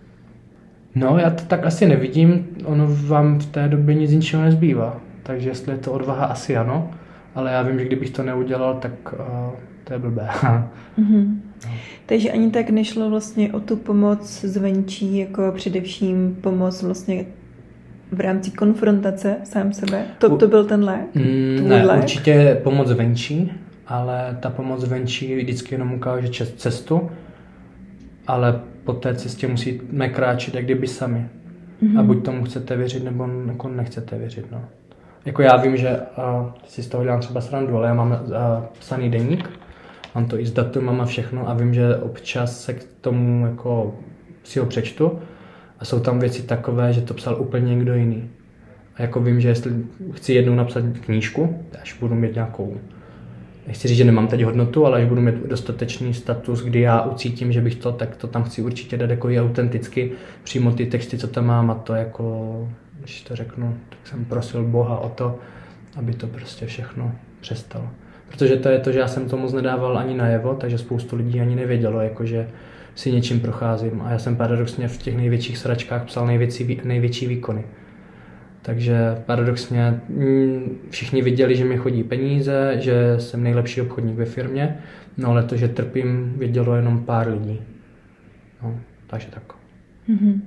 No, já to tak asi nevidím. Ono vám v té době nic ničeho nezbývá. Takže jestli je to odvaha, asi ano. Ale já vím, že kdybych to neudělal, tak uh, to je blbé. Mm-hmm. No. Takže ani tak nešlo vlastně o tu pomoc zvenčí, jako především pomoc vlastně v rámci konfrontace sám sebe? To, to byl ten lék? Mm, ne, lék? Určitě pomoc venčí, ale ta pomoc venčí vždycky jenom ukáže cestu, ale po té cestě musíme kráčet jak kdyby sami. Mm-hmm. A buď tomu chcete věřit, nebo jako nechcete věřit. No. Jako já vím, že uh, si z toho dělám třeba srandu, ale já mám uh, psaný deník, mám to i s datumem a všechno a vím, že občas se k tomu jako si ho přečtu a jsou tam věci takové, že to psal úplně někdo jiný. A jako vím, že jestli chci jednou napsat knížku, až budu mít nějakou, nechci říct, že nemám teď hodnotu, ale až budu mít dostatečný status, kdy já ucítím, že bych to, tak to tam chci určitě dát jako i autenticky, přímo ty texty, co tam mám a to jako, když to řeknu, tak jsem prosil Boha o to, aby to prostě všechno přestalo. Protože to je to, že já jsem to moc nedával ani najevo, takže spoustu lidí ani nevědělo, jakože si něčím procházím. A já jsem paradoxně v těch největších sračkách psal největší, největší výkony. Takže paradoxně všichni viděli, že mi chodí peníze, že jsem nejlepší obchodník ve firmě, no ale to, že trpím, vědělo jenom pár lidí. No, takže tak. Mm-hmm.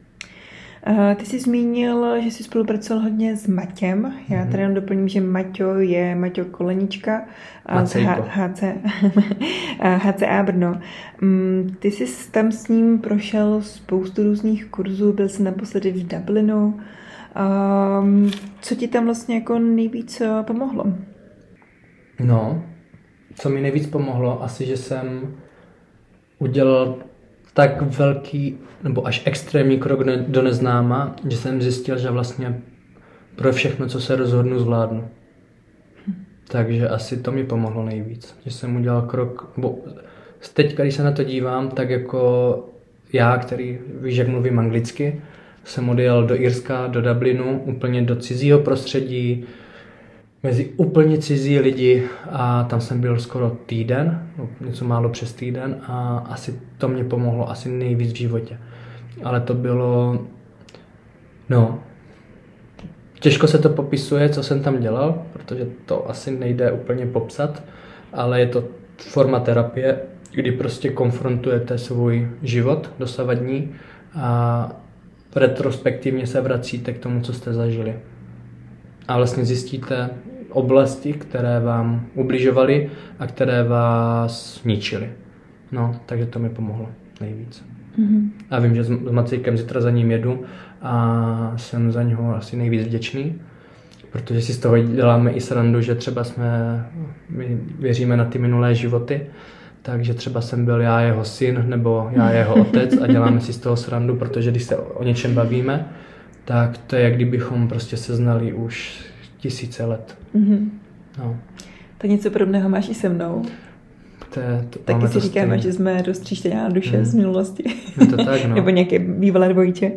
Ty jsi zmínil, že jsi spolupracoval hodně s Matěm. Já tady jenom doplním, že Maťo je Maťo Kolenička z H C, H C A Brno. Ty jsi tam s ním prošel spoustu různých kurzů, byl jsi naposledy v Dublinu. Co ti tam vlastně jako nejvíc pomohlo? No, co mi nejvíc pomohlo, asi, že jsem udělal tak velký, nebo až extrémní krok do neznáma, že jsem zjistil, že vlastně pro všechno, co se rozhodnu, zvládnu. Hm. Takže asi to mi pomohlo nejvíc, že jsem udělal krok, bo teď, když se na to dívám, tak jako já, který víš, jak mluvím anglicky, jsem odjel do Irska, do Dublinu, úplně do cizího prostředí, mezi úplně cizí lidi a tam jsem byl skoro týden, něco málo přes týden a asi to mě pomohlo asi nejvíc v životě. Ale to bylo, no, těžko se to popisuje, co jsem tam dělal, protože to asi nejde úplně popsat, ale je to forma terapie, kdy prostě konfrontujete svůj život dosavadní a retrospektivně se vracíte k tomu, co jste zažili. A vlastně zjistíte oblasti, které vám ubližovaly a které vás ničily. No, takže to mi pomohlo nejvíc. Mm-hmm. A vím, že s Macejkem zítra za ním jedu a jsem za něho asi nejvíc vděčný, protože si z toho děláme i srandu, že třeba jsme, my věříme na ty minulé životy, takže třeba jsem byl já jeho syn nebo já jeho otec a děláme si z toho srandu, protože když se o něčem bavíme, tak to je, jak kdybychom prostě se znali už tisíce let. Mm-hmm. No. To něco podobného máš i se mnou. To je, to, Taky si říkáme, že jsme roztříštěná duše mm. z minulosti. Je to tak, no. Nebo nějaké bývalé dvojče.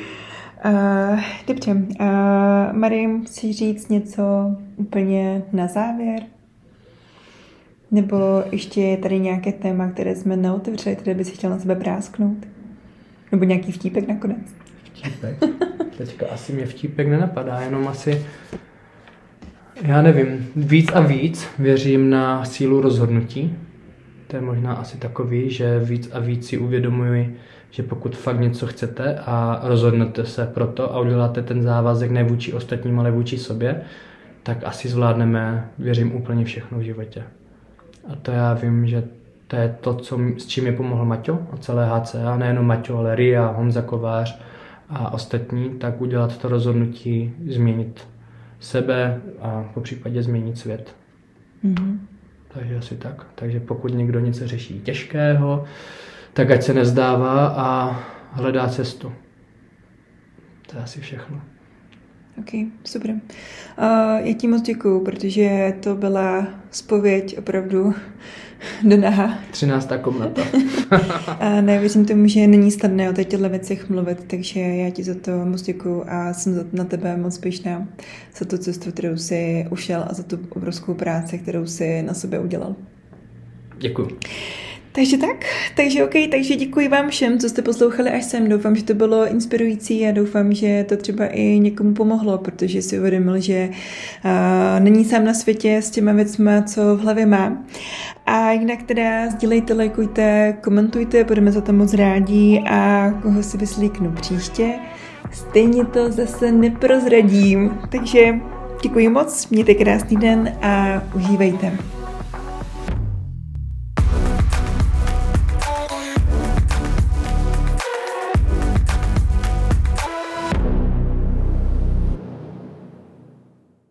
Uh, dobře. Uh, Marie, chci říct něco úplně na závěr? Nebo ještě je tady nějaké téma, které jsme neotevřeli, které by si chtěl na sebe prásknout? Nebo nějaký vtípek nakonec? Vtípek? Teďka asi mě vtípek nenapadá, jenom asi, já nevím, víc a víc věřím na sílu rozhodnutí. To je možná asi takový, že víc a víc si uvědomuji, že pokud fakt něco chcete a rozhodnete se pro to a uděláte ten závazek ne vůči ostatním, ale vůči sobě, tak asi zvládneme, věřím, úplně všechno v životě. A to já vím, že To je to, co, s čím mi pomohl Maťo a celé H C A, nejenom Maťo, ale Ria, Honza Kovář a ostatní, tak udělat to rozhodnutí, změnit sebe a po případě změnit svět. Mm-hmm. Takže asi tak. Takže pokud někdo něco řeší těžkého, tak ať se nezdává a hledá cestu. To je asi všechno. Ok, super. Uh, já ti moc děkuju, protože to byla zpověď opravdu do naha. třináctá komnata. A nevěřím tomu, že není snadné o těchto věcech mluvit, takže já ti za to moc děkuju a jsem na tebe moc pyšná za tu cestu, kterou jsi ušel a za tu obrovskou práci, kterou jsi na sebe udělal. Děkuju. Takže tak, takže OK, takže děkuji vám všem, co jste poslouchali až sem. Doufám, že to bylo inspirující a doufám, že to třeba i někomu pomohlo, protože si uvědomil, že uh, není sám na světě s těma věcma, co v hlavě má. A jinak teda sdílejte, lajkujte, komentujte, budeme za to moc rádi a koho si vyslíknu příště, stejně to zase neprozradím. Takže děkuji moc, mějte krásný den a užívejte.